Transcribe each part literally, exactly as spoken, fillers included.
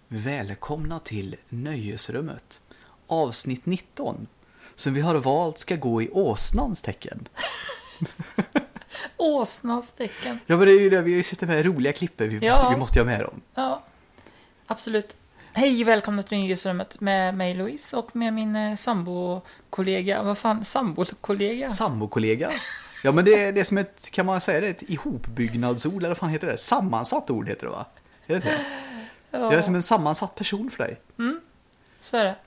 Välkomna till Nöjesrummet, avsnitt nitton, som vi har valt ska gå i åsnans tecken. Åsnans tecken. Ja, men det är ju det, vi har ju sett de här roliga klippen vi, Ja. måste, vi måste ha med dem. Ja, absolut. Hej, välkomna till Nöjesrummet med mig Louise och med min eh, sambo-kollega. Vad fan, sambo-kollega? Sambo-kollega. Ja, men det är, det är som ett, kan man säga det, ett ihopbyggnadsord, eller vad fan heter det? Sammansatt ord heter det, va? Är det det? Ja. Jag är som en sammansatt person för dig. Mm, så är det.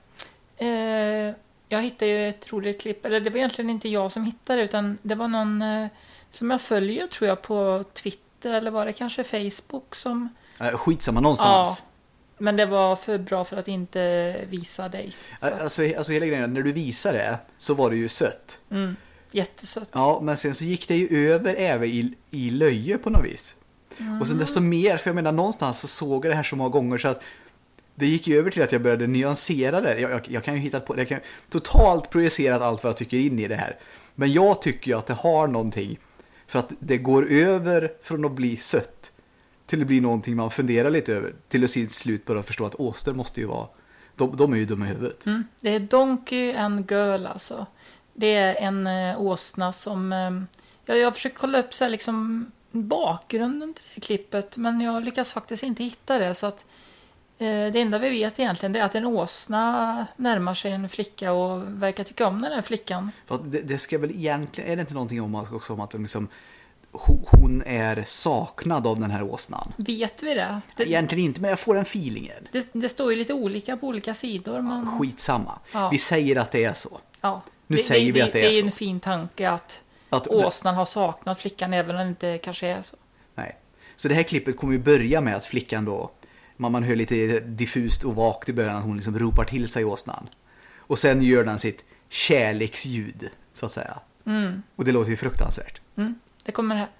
Eh, jag hittade ju ett roligt klipp, eller det var egentligen inte jag som hittade det, utan det var någon eh, som jag följer, tror jag, på Twitter, eller var det kanske Facebook som... Äh, skitsamma någonstans. Ja, men det var för bra för att inte visa dig. Så. Alltså, alltså hela grejen, när du visade det så var det ju sött. Mm, jättesött. Ja, men sen så gick det ju över även i, i löje på något vis. Mm. Och sen desto mer, för jag menar någonstans så såg jag det här så många gånger så att det gick ju över till att jag började nyansera det. Jag, jag, jag kan ju hitta på, jag kan totalt projicera allt vad jag tycker in i det här. Men jag tycker ju att det har någonting, för att det går över från att bli sött till att bli någonting man funderar lite över, till att se slut bara förstå att åster måste ju vara, de, de är ju dumma i huvudet. Mm, det är Donkey and Girl alltså. Det är en äh, åsna som äh, jag, jag har försökt kolla upp så här, liksom bakgrunden till det här klippet, men jag lyckas faktiskt inte hitta det, så att eh, det enda vi vet egentligen det är att en åsna närmar sig en flicka och verkar tycka om den här flickan. Fast det, det ska väl egentligen, är det inte någonting om, också om att de liksom, hon är saknad av den här åsnan? Vet vi det? det egentligen inte, men jag får den feelingen. Det, det står ju lite olika på olika sidor. Men... Ja, skitsamma. Ja. Vi säger att det är så. Ja. Nu det, säger det, vi att det är så. Det är en fin tanke att, att åsnan har saknat flickan, även om det inte kanske är så. Nej. Så det här klippet kommer ju börja med att flickan då, man, man hör lite diffust och vagt i början att hon liksom ropar till sig åsnan. Och sen gör den sitt kärleksljud, så att säga. Mm. Och det låter ju fruktansvärt. Mm. Det kommer här.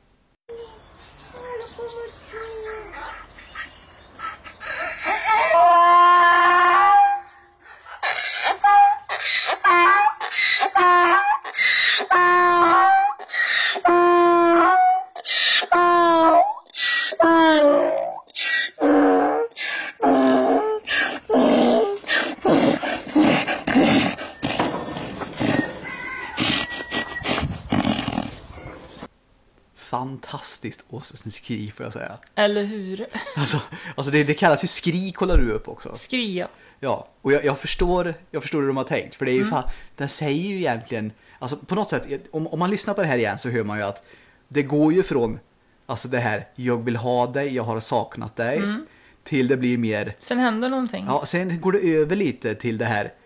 Fantastiskt åsneskri, får jag säga. Eller hur? Alltså, alltså det, det kallas ju skri, kollar du upp också. Skria. Ja, och jag, jag, förstår, jag förstår hur de har tänkt. För det är ju mm. fan, den säger ju egentligen, alltså på något sätt, om, om man lyssnar på det här igen så hör man ju att det går ju från, alltså det här, jag vill ha dig, jag har saknat dig, mm. till det blir mer... Sen händer någonting. Ja, sen går det över lite till det här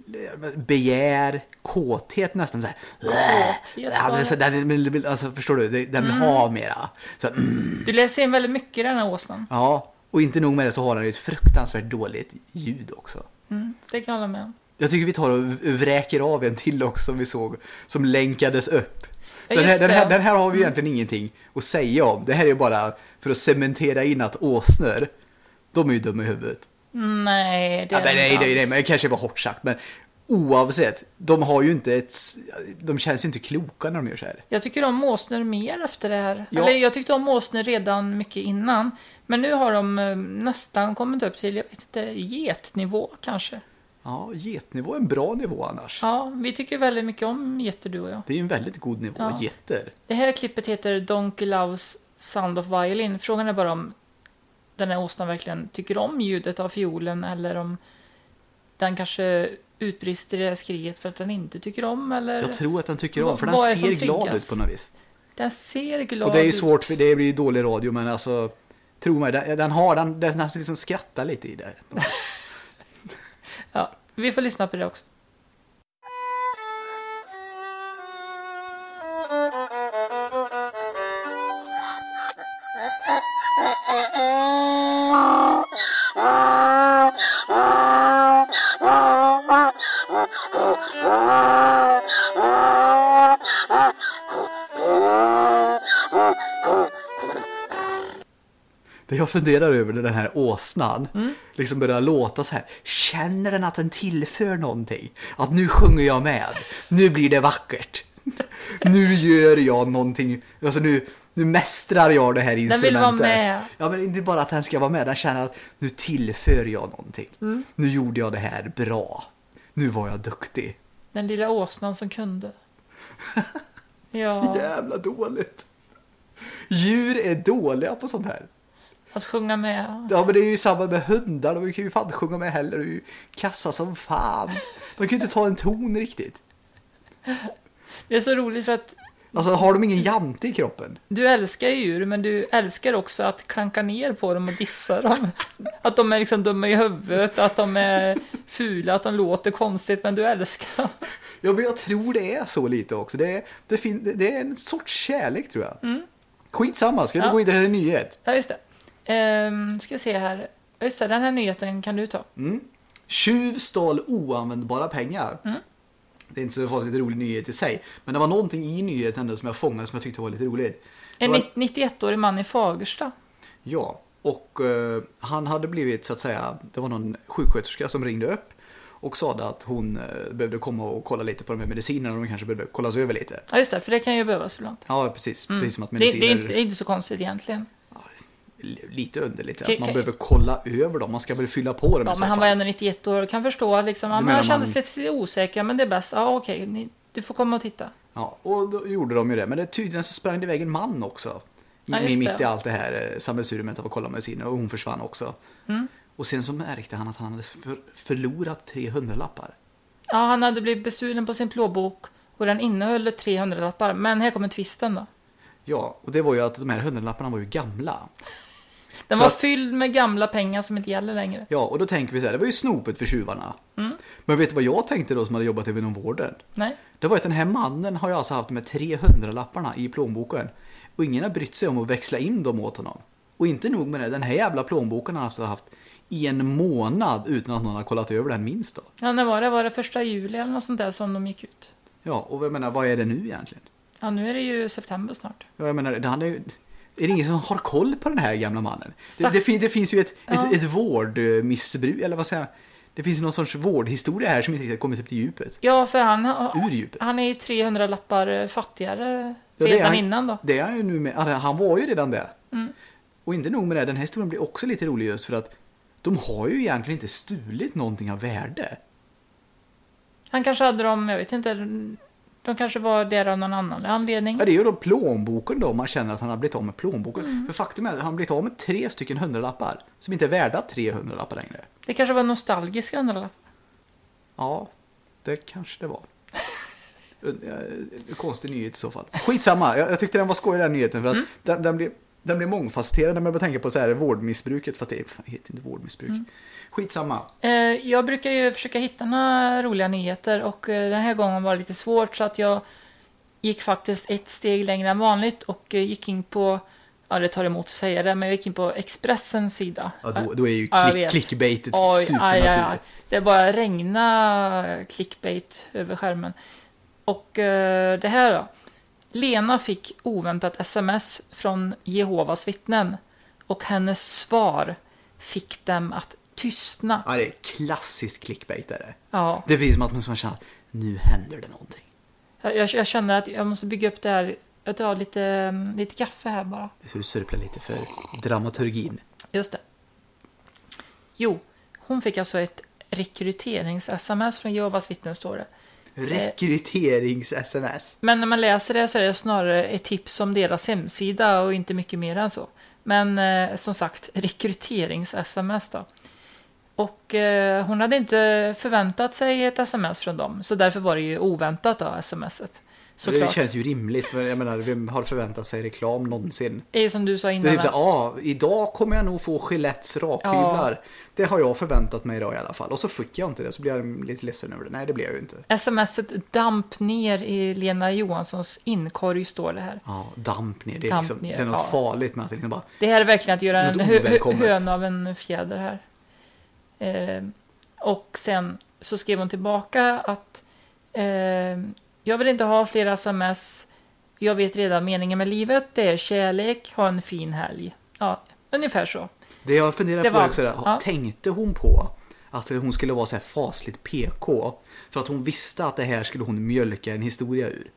begär, kåthet nästan så här. Kåthet, så den, alltså, förstår du, den vill mm. ha mera. Så, mm. Du läser in väldigt mycket i den här åsnan. Ja, och inte nog med det så har den ju ett fruktansvärt dåligt ljud också. Mm, det kan jag hålla med om. Jag tycker vi tar och vräker av en till också som vi såg, som länkades upp. Ja, den, här, den, här, den här har vi mm. egentligen ingenting att säga om. Det här är ju bara för att cementera in att åsnor, de är ju dumma i huvudet. Nej, det ja, är men nej, inte nej, nej, men det kanske var hårt sagt, men oavsett, de har ju inte ett, de känns ju inte kloka när de gör så här. Jag tycker om åsnor mer efter det här. Ja. Eller jag tyckte om åsnor redan mycket innan, men nu har de nästan kommit upp till, jag vet inte, getnivå kanske. Ja, getnivå är en bra nivå annars. Ja, vi tycker väldigt mycket om getter, du och jag. Det är ju en väldigt god nivå, ja. Getter. Det här klippet heter Donkey Loves Sound of Violin. Frågan är bara om den här åsnan verkligen tycker om ljudet av fiolen, eller om den kanske utbrister i det här skriet för att den inte tycker om, eller... Jag tror att den tycker om, för den ser glad ut på något vis. Den ser glad ut. Och det är ju svårt, för det blir ju dålig radio, men alltså, tro mig, den, den har, den, den liksom skrattar lite i det. Ja, vi får lyssna på det också. Det jag funderar över den här åsnan mm. liksom börjar låta så här. Känner den att den tillför någonting? Att nu sjunger jag med. Nu blir det vackert. Nu gör jag någonting. Alltså nu, nu mästrar jag det här instrumentet. Den vill vara med. Ja, men inte bara att den ska vara med. Den känner att nu tillför jag någonting. Mm. Nu gjorde jag det här bra. Nu var jag duktig. Den lilla åsnan som kunde. Så Ja, jävla dåligt. Djur är dåliga på sånt här. att sjunga med. Ja, men det är ju samma med hundar. De kan ju fan sjunga med heller. De är ju kassa som fan. De kan ju inte ta en ton riktigt. Det är så roligt för att Alltså, har de ingen jante i kroppen? du älskar djur, men du älskar också att klanka ner på dem och dissa dem. Att de är liksom dumma i huvudet, att de är fula, att de låter konstigt, men du älskar dem. Ja, men jag tror det är så lite också. Det är, det fin- det är en sorts kärlek, tror jag. Mm. Skitsamma, ska vi Ja. gå vidare till en nyhet? Ja, just det. Ehm, ska se här. Just det, den här nyheten kan du ta. Mm. Tjuv stal oanvändbara pengar. Mm. Det är inte så farligt rolig nyhet i sig. Men det var någonting i nyheten ändå som jag fångade som jag tyckte var lite roligt. Det En var, nittioettårig man i Fagersta. ja, och eh, han hade blivit så att säga, det var någon sjuksköterska som ringde upp och sa att hon eh, behövde komma och kolla lite på de här medicinerna och de kanske behövde kollas över lite. Ja, just det, för det kan ju behövas ibland. Ja, precis. Mm. Precis som att Det, mediciner... det, är inte, det är inte så konstigt egentligen. Lite underligt att Okej, man okej. behöver kolla över dem. Man ska väl fylla på dem Ja, i så men han fall. var ändå nittioett år och kan förstå att liksom, ja, Du men han menar kändes lite osäker, men det är bäst. Ja, okej, ni, du får komma och titta. Ja, och då gjorde de ju det. Men det, tydligen så sprang det iväg en man också. Ja, just mitt det. i allt det här eh, sammelsuriumet av att kolla mediciner. Och hon försvann också. Mm. Och sen så märkte han att han hade för, förlorat trehundra lappar. Ja, han hade blivit bestulen på sin plånbok och den innehöll trehundra lappar. Men här kommer twisten då. Ja, och det var ju att de här hundralapparna var ju gamla. Den Så var att- fylld med gamla pengar som inte gäller längre. Ja, och då tänker vi så här, det var ju snopet för tjuvarna. Mm. Men vet du vad jag tänkte då som hade jobbat inom vården? Nej. Det var att den här mannen har ju alltså haft de här trehundra-lapparna i plånboken. Och ingen har brytt sig om att växla in dem åt honom. Och inte nog med det, den här jävla plånboken har han alltså haft i en månad utan att någon har kollat över den minst då. Ja, när var det? Var det första juli eller något sånt där som de gick ut? Ja, och jag menar, vad är det nu egentligen? Ja, nu är det ju september snart. Ja, jag menar, det- han är ju... Är det ingen som har koll på den här gamla mannen? Det, Stack- det, fin, det finns ju ett, Ja. ett, ett vårdmissbruk, eller vad säger jag? Det finns någon sorts vårdhistoria här som inte riktigt kommit upp till djupet. Ja, för han, har- Ur djupet. han är ju trehundra lappar fattigare Ja, det är redan han- innan då. Det är han ju nu med, alltså, han var ju redan det. Mm. Och inte nog med det, den här historien blir också lite rolig just för att de har ju egentligen inte stulit någonting av värde. Han kanske hade dem, jag vet inte, de kanske var där av någon annan anledning. Ja, det är ju då plånboken då man känner att han har blivit av med plånboken. Mm. För faktum är att han har blivit av med tre stycken hundralappar som inte är värda trehundra lappar längre. Det kanske var nostalgiska hundralappar. Ja, det kanske det var. Konstig nyhet i så fall. Skitsamma, jag, jag tyckte den var skoj den nyheten för att Mm. den, den blir den blir mångfacetterad när man börjar tänka på så här vårdmissbruket, fast det fan, heter inte vårdmissbruk. Mm. Skitsamma. Eh, jag brukar ju försöka hitta några roliga nyheter och eh, den här gången var det lite svårt så att jag gick faktiskt ett steg längre än vanligt och eh, gick in på, ja det tar emot att säga det, men jag gick in på Expressens sida. Ja, då, då är ju Ja, jag klick, vet. clickbaitet Oj, aj, aj, supernaturligt. aj. Det bara regna clickbait över skärmen. Och eh, det här då. Lena fick oväntat sms från Jehovas vittnen. Och hennes svar fick dem att tystna. Ja, det är klassisk clickbait är det. Ja, Det blir som att man känner att nu händer det någonting. jag, jag, jag känner att jag måste bygga upp det här. Jag tar lite, lite kaffe här bara. Så du sörplar lite för dramaturgin. Just det. Jo, hon fick alltså ett rekryterings-sms från Jehovas vittnen, står det. Rekryterings-sms. Men när man läser det så är det snarare ett tips om deras hemsida och inte mycket mer än så. Men eh, som sagt, rekryterings-sms då. Och eh, hon hade inte förväntat sig ett sms från dem. Så därför var det ju oväntat då, smset. Det Såklart. känns ju rimligt, för jag menar, vem har förväntat sig reklam någonsin? Det är ju som du sa Det är innan. typ så här, ja, idag kommer jag nog få Gillettes rakhyvlar. Det har jag förväntat mig idag i alla fall. Och så fick jag inte det, så blir jag lite ledsen över det. Nej, det blir jag ju inte. smset damp ner i Lena Johanssons inkorg, står det här. Ja, damp ner. Det är, Damp liksom, ner, det är något ja. farligt med att det liksom bara... Det här är verkligen att göra en Något hö- hö- ovälkommet. höna av en fjäder här. Eh, och sen så skrev hon tillbaka att eh, jag vill inte ha fler sms. Jag vet redan meningen med livet. Det är kärlek. Ha en fin helg. Ja, ungefär så. Det jag funderar Det på var är också det, allt. Ja. tänkte hon på att hon skulle vara så här fasligt P K för att hon visste att det här skulle hon mjölka en historia ur?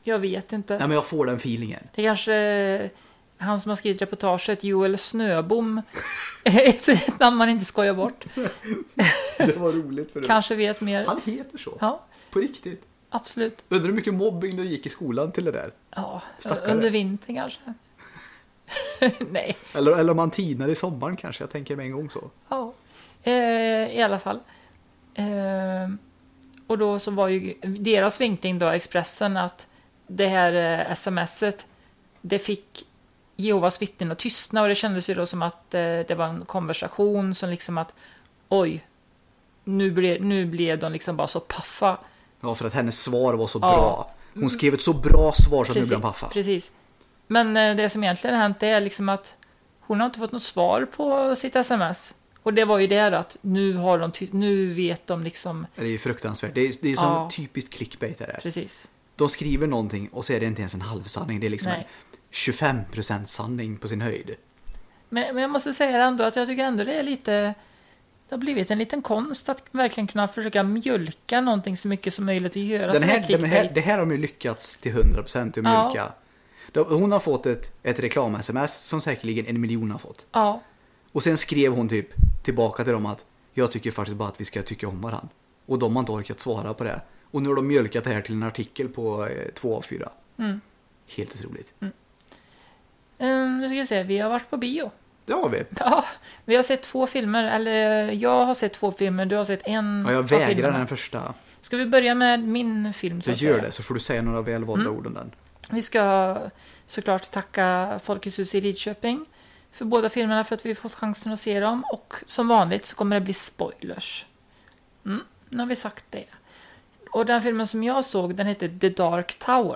Jag vet inte. Nej, men jag får den feelingen. Det är kanske han som har skrivit reportaget, Joel Snöbom. ett, ett namn man inte skojar bort. Det var roligt för det. Kanske vet mer. Han heter så. Ja. På riktigt. Absolut. Undrar hur mycket mobbing det gick i skolan till det där. Ja, Stackare. under vintern kanske. Nej. Eller, eller om man tinar i sommaren kanske. Jag tänker med en gång så. Ja. Eh, I alla fall. Eh, och då så var ju deras vinkling då, Expressen, att det här eh, smset, det fick Jehovas vittnen att tystna, och det kändes ju då som att eh, det var en konversation som liksom att oj, nu blev, nu blev de liksom bara så paffa. Ja, för att hennes svar var så Ja. bra. Hon skrev ett så bra svar så att nu Precis, blev han paffa. precis. Men eh, det som egentligen hänt är liksom att hon har inte fått något svar på sitt sms. Och det var ju det att nu har de ty- nu vet de liksom. Det är ju fruktansvärt. Det är, det är som Ja. typiskt clickbait det där. Precis. De skriver någonting och så är det inte ens en halvsanning. Det är liksom Nej. en tjugofem procent sanning på sin höjd. Men, men jag måste säga ändå att jag tycker ändå det är lite, det har blivit en liten konst att verkligen kunna försöka mjölka någonting så mycket som möjligt och göra Den sån här, här den här, clickbait. det här har de ju lyckats till hundra procent att Ja. mjölka. De- Hon har fått ett, ett reklam-sms som säkerligen en miljon har fått. Ja, Och sen skrev hon typ tillbaka till dem att jag tycker faktiskt bara att vi ska tycka om varandra. Och de har inte orkat svara på det. Och nu har de mjölkat det här till en artikel på eh, två av fyra. Mm. Helt otroligt. um, nu ska jag se, vi har varit på bio. Det har vi. Ja, vi har sett två filmer, eller jag har sett två filmer, du har sett en Ja, jag av vägrar filmerna. den första. Ska vi börja med min film så Så att gör säga? det, så får du säga några välvalda Mm. ord om den. Vi ska såklart tacka Folkets hus i Lidköping för båda filmerna för att vi fått chansen att se dem. Och som vanligt så kommer det bli spoilers. Mm, nu har vi sagt det. Och den filmen som jag såg, den heter The Dark Tower.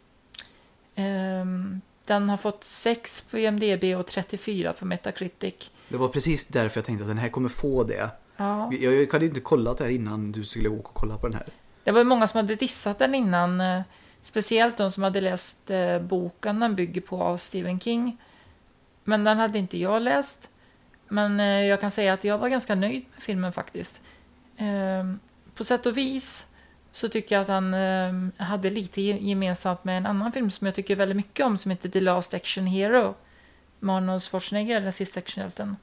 Ehm, den har fått sex på I M D B och trettiofyra på Metacritic. Det var precis därför jag tänkte att den här kommer få det. Ja. Jag, jag hade inte kollat det här innan du skulle åka och kolla på den här. Det var ju många som hade dissat den innan. eh, Speciellt de som hade läst eh, boken den bygger på av Stephen King. Men den hade inte jag läst. Men eh, jag kan säga att jag var ganska nöjd med filmen faktiskt. Eh, på sätt och vis så tycker jag att han eh, hade lite ge- gemensamt med en annan film som jag tycker väldigt mycket om som heter The Last Action Hero. Med Arnold Schwarzenegger, den sista actionhjälten.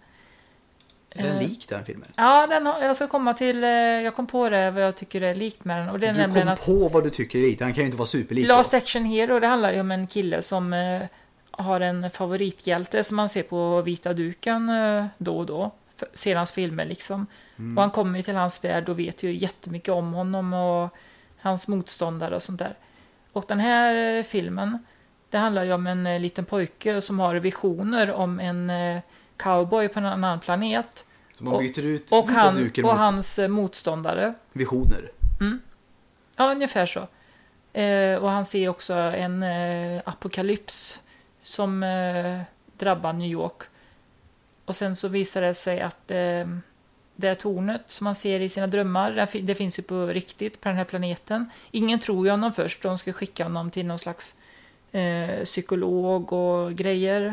Är den Eh, lik den filmen? Ja, den har, jag ska komma till... eh, Jag kom på det, vad jag tycker är likt med den. Och det är Du nämligen kom att på vad du tycker är lik. Han kan ju inte vara superlik. Last då. Action Hero, det handlar ju om en kille som eh, har en favorithjälte som man ser på vita duken eh, då och då. För, ser hans filmer liksom. Mm. Och han kommer ju till hans värld och vet ju jättemycket om honom och hans motståndare och sånt där. Och den här eh, filmen, det handlar ju om en eh, liten pojke som har visioner om en eh, cowboy på en annan planet. Så man och- byter ut Och, vita han, duken och mot hans eh, motståndare. visioner. Ja, ungefär så. Eh, och han ser också en eh, apokalyps som eh, drabbar New York. Och sen så visar det sig att eh, det är tornet som man ser i sina drömmar, det, fi- det finns ju på riktigt på den här planeten. Ingen tror ju honom först, de ska skicka honom till någon slags eh, psykolog och grejer.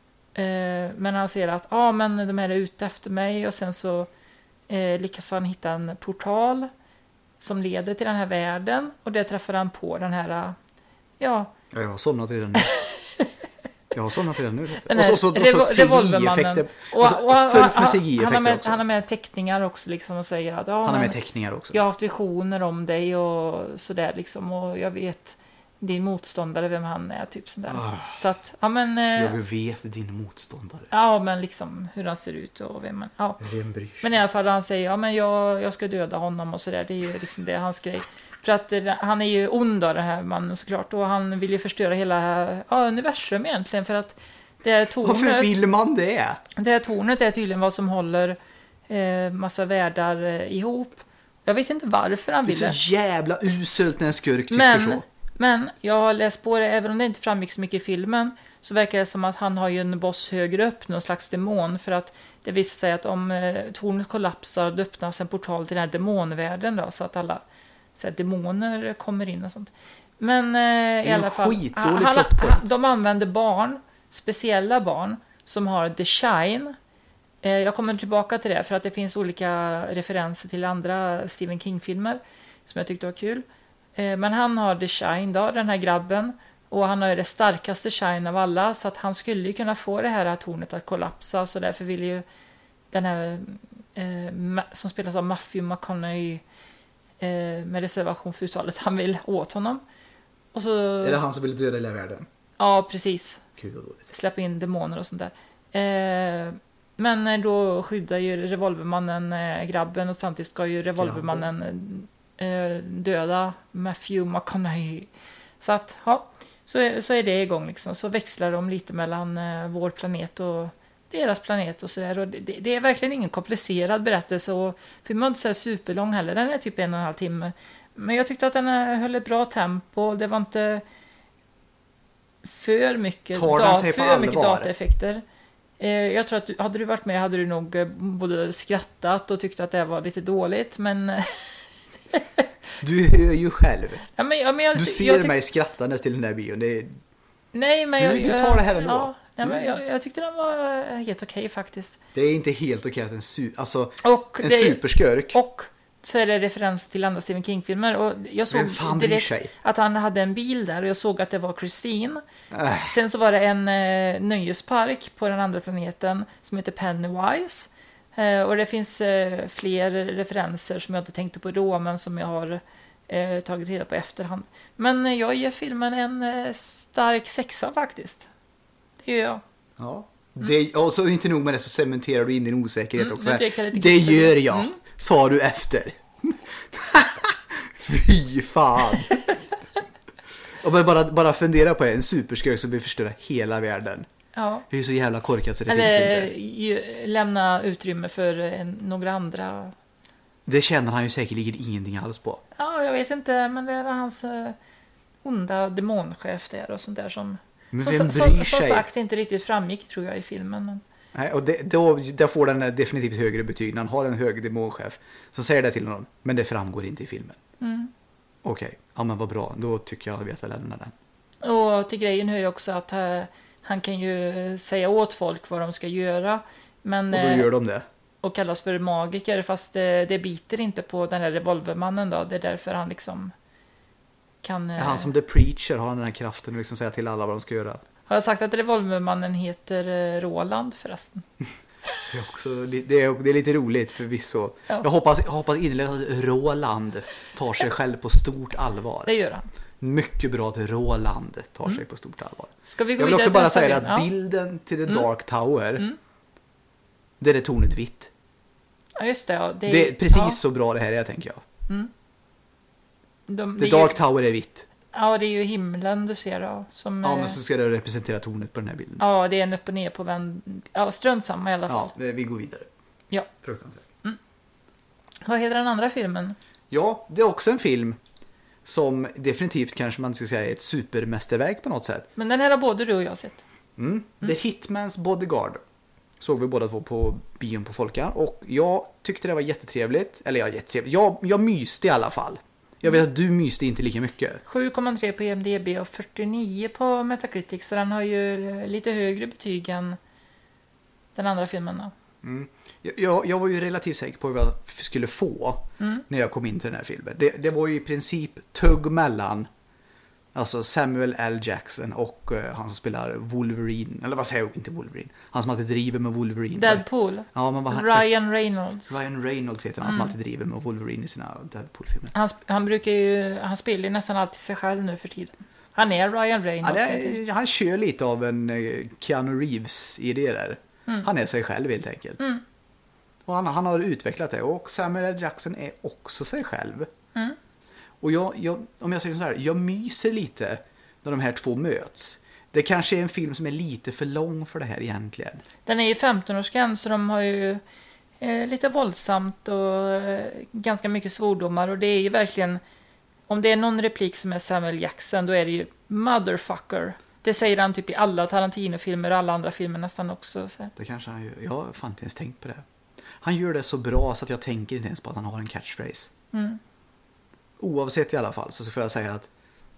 Eh, men han ser att ah, men de här är ute efter mig och sen så eh, lyckas han hitta en portal som leder till den här världen och där träffar han på den här, ja, Ja, jag har somnat redan nu. Jag har somnat redan nu. vet du. den Och här så, så, så, revo- så C G revolvermannen. I-effekter. Och, Och så och han, fullt med han, C G han, har I-effekter med, också. han har med teckningar också liksom och säger att ja, Han har med men teckningar också. jag har haft visioner om dig och sådär liksom och jag vet din motståndare, vem han är, typ sådär. Ah. Så att, ja men, eh, Jag vet din motståndare. ja men liksom hur han ser ut och vem man, ja. Vem bryr sig? Men i alla fall han säger, ja men jag, jag ska döda honom och sådär, det är ju liksom det hans grej. För att eh, han är ju ond då, den här mannen såklart, och han vill ju förstöra hela ja, universum egentligen, för att det här Varför tornet, vill man det? det här tornet är tydligen vad som håller eh, massa världar eh, ihop. Jag vet inte varför han Det är vill det. så jävla uselt när en skurk tycker Men, så. men jag har läst på det, även om det inte framgick så mycket i filmen, så verkar det som att han har ju en boss högre upp, någon slags demon, för att det visar sig att om eh, tornet kollapsar, då öppnas en portal till den här demonvärlden då, så att alla så här, demoner kommer in och sånt. Men eh, i en alla fall, skitdålig han, plot point. han, de använder barn, speciella barn, som har The Shine. Eh, jag kommer tillbaka till det, för att det finns olika referenser till andra Stephen King-filmer som jag tyckte var kul. Eh, men han har the shine då, den här grabben. Och han har ju det starkaste shine av alla. Så att han skulle ju kunna få det här tornet att kollapsa. Så därför vill ju den här eh, som spelas av Matthew McConaughey eh, med reservation för uttalet, han vill åt honom. Och så, är det han som vill döda hela världen? Ja, precis. Gud vad dåligt. Släppa in demoner och sånt där. Eh, men då skyddar ju revolvermannen eh, grabben och samtidigt ska ju revolvermannen eh, döda Matthew McConaughey. Så att, ja, så är, så är det igång liksom. Så växlar de lite mellan eh, vår planet och deras planet och sådär. Och det, det är verkligen ingen komplicerad berättelse. Och filmen är inte så här superlång heller. Den är typ en och en halv timme. Men jag tyckte att den höll ett bra tempo. Det var inte för mycket, da, för mycket dataeffekter. Eh, jag tror att du, hade du varit med hade du nog eh, både skrattat och tyckt att det var lite dåligt. Men... Du hör ju själv. Ja, men, ja, men jag, du ser jag tyck- mig skrattandes till den där bion. Det är... Nej, men du, jag, du tar det här ändå. Ja, ja, men jag, jag tyckte den var helt okej okay, faktiskt. Det är inte helt okej att en, su- alltså, och en det, superskörk. Och så är det referens till andra Stephen King-filmer. Och jag såg direkt att han hade en bil där. Och jag såg att det var Christine. Äh. Sen så var det en eh, nöjespark på den andra planeten som heter Pennywise. Eh, och det finns eh, fler referenser som jag inte tänkte på då, men som jag har eh, tagit reda på efterhand. Men eh, jag ger filmen en eh, stark sexa faktiskt. Det gör jag. Ja. Mm. Det, och så inte nog med det så cementerar du in din osäkerhet mm, också. Det, det gör jag, mm. sa du efter. Fy fan. Och bara, bara fundera på det, en superskurk som vill förstöra hela världen. Ja. Det är ju så jävla korkat så det Eller, finns inte. Ju, lämna utrymme för en, några andra. Det känner han ju säkerligen ingenting alls på. Ja, jag vet inte, men det är hans uh, onda demonchef där och sånt där som, men som, vem som, bryr som sig? sagt inte riktigt framgick tror jag i filmen. Men... Nej, och det, då, där får den definitivt högre betyg när han har en hög demonchef som säger det till honom, men det framgår inte i filmen. Mm. Okej, okay. Ja men vad bra, då tycker jag att jag vet väl lämna den. Och till grejen hör ju också att uh, han kan ju säga åt folk vad de ska göra. Men, och då gör de det. Och kallas för magiker, fast det, det biter inte på den här revolvermannen då. Det är därför han liksom kan... Är han som The Preacher har han den här kraften att liksom säga till alla vad de ska göra. Har jag sagt att revolvermannen heter Roland förresten? Det är, också, det är, det är lite roligt förvisso. Ja. Jag hoppas, jag hoppas innerligt att Roland tar sig själv på stort allvar. Det gör han. Mycket bra att Roland tar mm. sig på stort allvar. Ska vi gå jag vill också bara säga att ja. bilden till The mm. Dark Tower mm. det är det tornet vitt. Ja, just det. Ja. Det, är, det är precis ja. så bra det här är, tänker jag. Mm. De, The Dark ju, Tower är vitt. Ja, det är ju himlen du ser då. Som, ja, men så ska det representera tornet på den här bilden. Ja, det är en upp och ner på vänd. Ja, strunt samma i alla fall. Ja, vi går vidare. Ja. Fruktansvärt. Mm. Vad heter den andra filmen? Ja, det är också en film som definitivt kanske man ska säga är ett supermästerverk på något sätt. Men den här har både du och jag sett. Mm. Mm. The Hitman's Bodyguard såg vi båda två på bion på Folkan. Och jag tyckte det var jättetrevligt. Eller ja, jättetrevligt. Jag, jag myste i alla fall. Jag vet att du myste inte lika mycket. sju komma tre på I M D B och fyrtionio på Metacritic. Så den har ju lite högre betyg än den andra filmen då. Mm. Jag, jag var ju relativt säker på vad jag skulle få mm. när jag kom in till den här filmen. Det, det var ju i princip tugg mellan alltså Samuel L. Jackson och uh, han som spelar Wolverine. Eller vad säger jag? Inte Wolverine. Han som alltid driver med Wolverine. Deadpool. Ja, men vad, Ryan Reynolds. Ryan Reynolds heter han mm. som alltid driver med Wolverine i sina Deadpool-filmer. Han, han brukar ju, han spelar ju nästan alltid sig själv nu för tiden. Han är Ryan Reynolds. Ja, är, han kör lite av en uh, Keanu Reeves-idé där. Mm. Han är sig själv helt enkelt. Mm. Och han, han har utvecklat det. Och Samuel L. Jackson är också sig själv. Mm. Och jag, jag, om jag säger så här, jag myser lite när de här två möts. Det kanske är en film som är lite för lång för det här egentligen. Den är ju femton-årsgräns så de har ju eh, lite våldsamt och eh, ganska mycket svordomar. Och det är ju verkligen, om det är någon replik som är Samuel Jackson då är det ju motherfucker. Det säger han typ i alla Tarantino-filmer och alla andra filmer nästan också. Så. Det kanske han gör. Jag har fan inte ens tänkt på det. Han gör det så bra så att jag tänker inte ens på att han har en catchphrase. Mm. Oavsett i alla fall så får jag säga att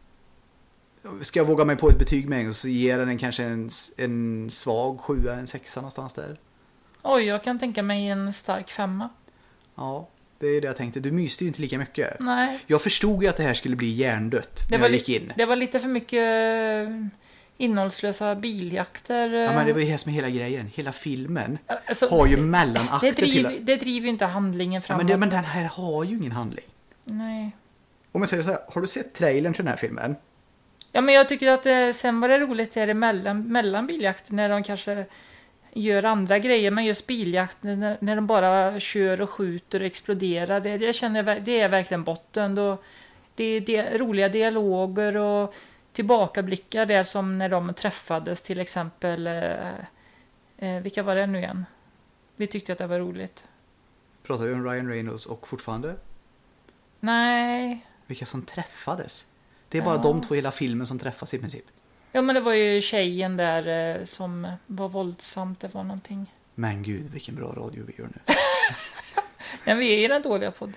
ska jag våga mig på ett betyg med en gång så ger den kanske en, en svag sjua, en sexa någonstans där. Oj, jag kan tänka mig en stark femma. Ja, Det är det jag tänkte. Du myste ju inte lika mycket. Nej. Jag förstod ju att det här skulle bli hjärndött Det när var, jag gick in. det var lite för mycket innehållslösa biljakter. Ja, men det var ju det som är hela grejen. Hela filmen Alltså, har ju mellanakter det driver, till... det driver ju inte handlingen Ja, framåt. men, det, men den här har ju ingen handling. Nej. Om jag säger så här, har du sett trailern till den här filmen? Ja, men jag tycker att det, sen var det roligt är det mellan, mellan biljakten när de kanske gör andra grejer, men just biljakten när, när de bara kör och skjuter och exploderar, det, jag känner det är verkligen botten. Då, det är det, roliga dialoger och tillbakablickar där som när de träffades till exempel. Eh, eh, vilka var det nu igen? Vi tyckte att det var roligt. Pratar vi om Ryan Reynolds och fortfarande? Nej. Vilka som träffades? Det är bara Ja. de två i hela filmen som träffas i princip. Ja, men det var ju tjejen där eh, som var våldsamt, det var någonting. Men gud, vilken bra radio vi gör nu. Men vi är i den dåliga podden.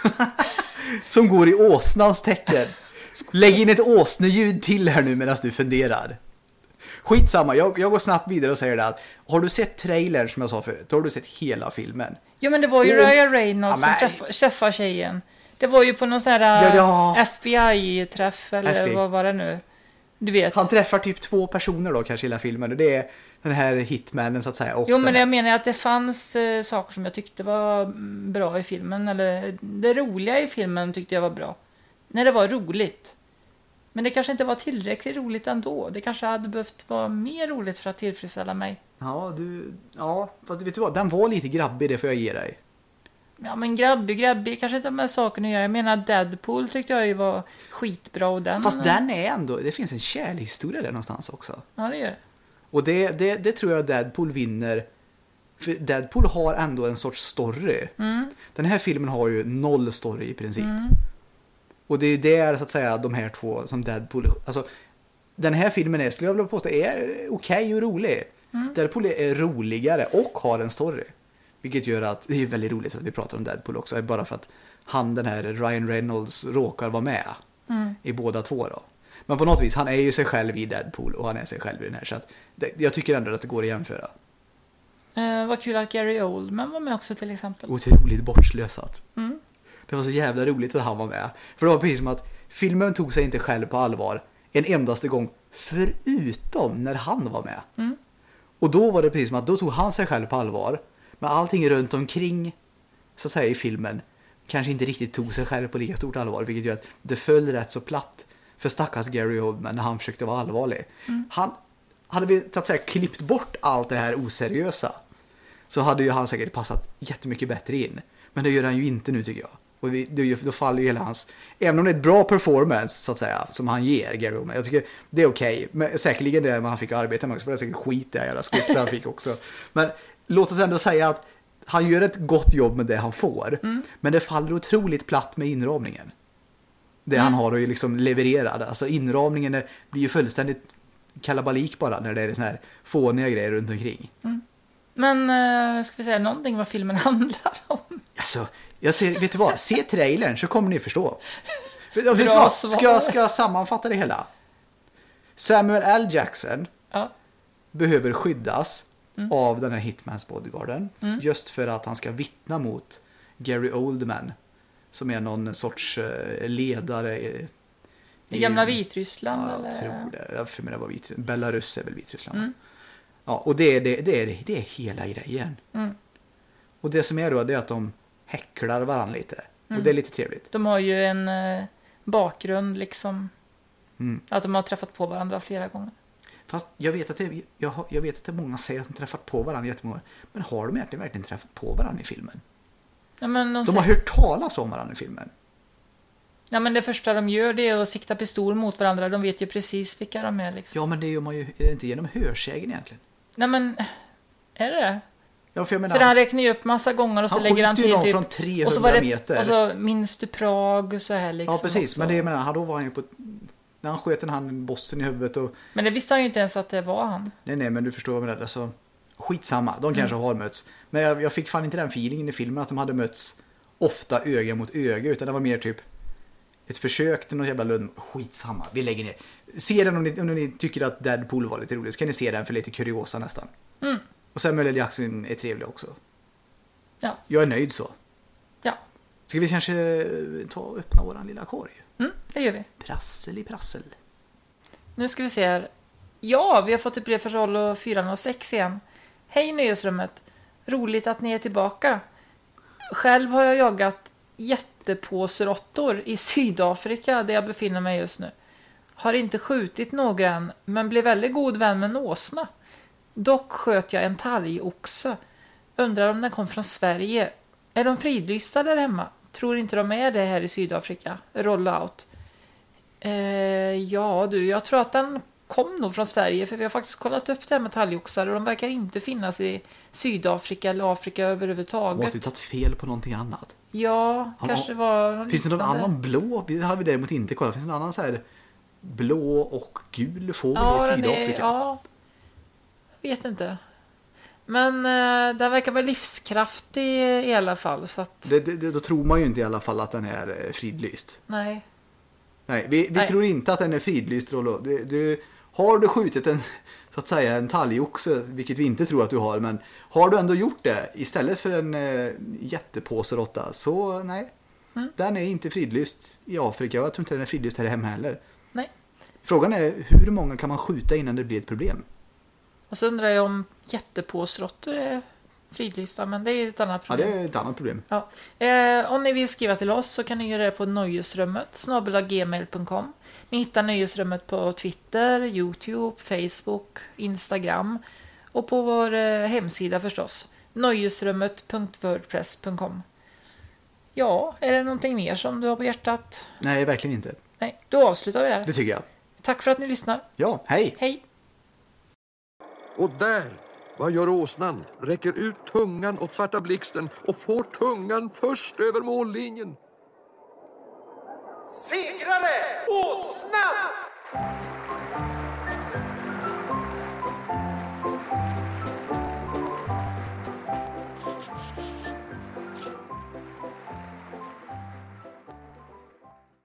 Som går i åsnans tecken. Lägg in ett åsneljud till här nu medan du funderar. Skitsamma, jag, jag går snabbt vidare och säger det att har du sett trailern som jag sa förut, då har du sett hela filmen. Ja, men det var ju Och- Ryan Reynolds Ja, men- som träffade, träffade tjejen. Det var ju på någon sån här Ja, ja. F B I-träff eller Ashley. vad var det nu? Du vet. Han träffar typ två personer då kanske i hela filmen och det är den här hitmannen så att säga. Och Jo, men den- jag menar att det fanns eh, saker som jag tyckte var mm, bra i filmen. Eller det roliga i filmen tyckte jag var bra. När det var roligt. Men det kanske inte var tillräckligt roligt ändå. Det kanske hade behövt vara mer roligt för att tillfredsställa mig. Ja, du... Ja, fast vet du vad? Den var lite grabbig, det får jag ge dig. Ja, men grabbig, grabbig kanske inte har med saken att göra. Jag menar Deadpool tyckte jag ju var skitbra. Och den, Fast den är ändå... Det finns en kärlekshistoria där någonstans också. Ja, det gör det. Och det, det, det tror jag Deadpool vinner. För Deadpool har ändå en sorts story. Mm. Den här filmen har ju noll story i princip. Mm. Och det är där så att säga de här två som Deadpool... Alltså, den här filmen är, skulle jag vilja påstå, är okej och rolig. Mm. Deadpool är roligare och har en story. Vilket gör att det är väldigt roligt att vi pratar om Deadpool också. Bara för att han, den här Ryan Reynolds, råkar vara med Mm. i båda två då. Men på något vis, han är ju sig själv i Deadpool och han är sig själv i den här. Så att det, jag tycker ändå att det går att jämföra. Eh, vad kul att Gary Oldman var med också till exempel. Otroligt bortslösat. Mm. Det var så jävla roligt att han var med. För det var precis som att filmen tog sig inte själv på allvar en endaste gång förutom när han var med. Mm. Och då var det precis som att då tog han sig själv på allvar. Men allting runt omkring så att säga i filmen kanske inte riktigt tog sig själv på lika stort allvar. Vilket gör att det föll rätt så platt för stackars Gary Oldman när han försökte vara allvarlig. Mm. Han hade vi så att säga klippt bort allt det här oseriösa så hade ju han säkert passat jättemycket bättre in. Men det gör han ju inte nu tycker jag. Och vi, det, då faller ju hela hans... Även om det är ett bra performance så att säga som han ger Gary Oldman. Jag tycker det är okej. Okay. Men säkerligen det man fick arbeta med också. För det är säkert skit det här jävla skriptet han fick också. Men låt oss ändå säga att han gör ett gott jobb med det han får. Mm. Men det faller otroligt platt med inramningen. Det Mm. han har att ju liksom leverera. Alltså inramningen är, blir ju fullständigt kalabalik bara när det är såna här fåniga grejer runt omkring. Men uh, ska vi säga någonting vad filmen handlar om? Alltså, jag ser, vet du vad? Se trailern så kommer ni förstå. Vet, vet du Bra vad? svar. Ska, jag- ska jag sammanfatta det hela? Samuel L. Jackson Ja. behöver skyddas Mm. av den här Hitmans bodyguarden. Mm. Just för att han ska vittna mot Gary Oldman. Som är någon sorts eh, ledare. I, I gamla Vitryssland? Ja, jag eller? tror det. Jag för mig det var Vitryssland. Belarus är väl Vitryssland. Mm. Ja, och det är, det, det, är, det är hela grejen. Mm. Och det som är då det är att de häcklar varandra lite. Mm. Och det är lite trevligt. De har ju en eh, bakgrund liksom. Mm. Att de har träffat på varandra flera gånger. Fast jag vet att det, jag, har- jag vet att det är många säger att de träffat på varandra jättemånga. Men har de egentligen verkligen träffat på varandra i filmen? Ja, men, de De har säger- hört talas om varandra i filmen. ja, men det första de gör det är att sikta pistol mot varandra. De vet ju precis vilka de är liksom. Ja, men det gör man ju är det inte genom hörsägen egentligen. Nej, men är det? Ja, för jag menar, För han räknar ju upp massa gånger och så han lägger han skjuter ju till någon typ... från Och så trehundra var det, meter. och så minns du Prag så här liksom. ja, precis. också. Men det jag menar, han- då var han ju på... När han sköt en han bossen i huvudet och... Men det visste han ju inte ens att det var han. Nej, nej, men du förstår vad jag menar. Alltså, skitsamma, de kanske har mötts. Men jag, jag fick fan inte den feelingen i filmen att de hade mötts ofta öga mot öga. Utan det var mer typ ett försök till något jävla lund. Skitsamma, vi lägger ner. Se den om ni, om ni tycker att Deadpool var lite rolig. Så kan ni se den för lite kuriosa nästan. Mm. Och Samuel L. Jackson är trevlig också. Ja. Jag är nöjd så. Ja. Ska vi kanske ta och öppna våran lilla korg? Mm, det gör vi. Prassel i prassel. Nu ska vi se här. Ja, vi har fått ett brev för Rollo fyra noll sex igen. Hej Nöjesrummet. Roligt att ni är tillbaka. Själv har jag jagat jättepåsråttor i Sydafrika där jag befinner mig just nu. Har inte skjutit några än, men blev väldigt god vän med en åsna. Dock sköt jag en talgoxe. Undrar om den kom från Sverige. Är de fridlysta där hemma? Tror inte de är det här i Sydafrika. Roll out. Eh, ja du, jag tror att den kom nog från Sverige, för vi har faktiskt kollat upp det här med talgoxar och de verkar inte finnas i Sydafrika eller Afrika överhuvudtaget. Måste ju tagit fel på någonting annat. Ja, Ja, kanske var... Finns det någon annan blå? Det har vi däremot inte kollat. Finns det någon annan så här blå och gul fågel ja, i Sydafrika? Är, ja, jag vet inte. Men eh, den verkar vara livskraftig i alla fall. Så att... det, det, då tror man ju inte i alla fall att den är fridlyst. Nej. Nej, vi, vi Nej. tror inte att den är fridlyst, Rollo. Du, du, har du skjutit en, så att säga, en talgoxe, vilket vi inte tror att du har, men har du ändå gjort det istället för en eh, jättepåseråtta, så nej, mm. den är inte fridlyst i Afrika och jag tror inte den är fridlyst här hemma heller. Nej. Frågan är, hur många kan man skjuta innan det blir ett problem? Och så undrar jag om jättepåsråttor är fridlysta, men det är ett annat problem. Ja, det är ett annat problem. Ja. Eh, om ni vill skriva till oss så kan ni göra det på nöjesrummet snabel-a gmail punkt com. Ni hittar Nöjesrummet på Twitter, YouTube, Facebook, Instagram och på vår eh, hemsida förstås. nöjesrummet punkt wordpress punkt com. Ja, är det någonting mer som du har på hjärtat? Nej, verkligen inte. Nej, då avslutar vi här. Det tycker jag. Tack för att ni lyssnar. Ja, hej! Hej! Och där, vad gör åsnan? Räcker ut tungan åt Svarta Blixten och får tungan först över mållinjen. Segrare åsnan!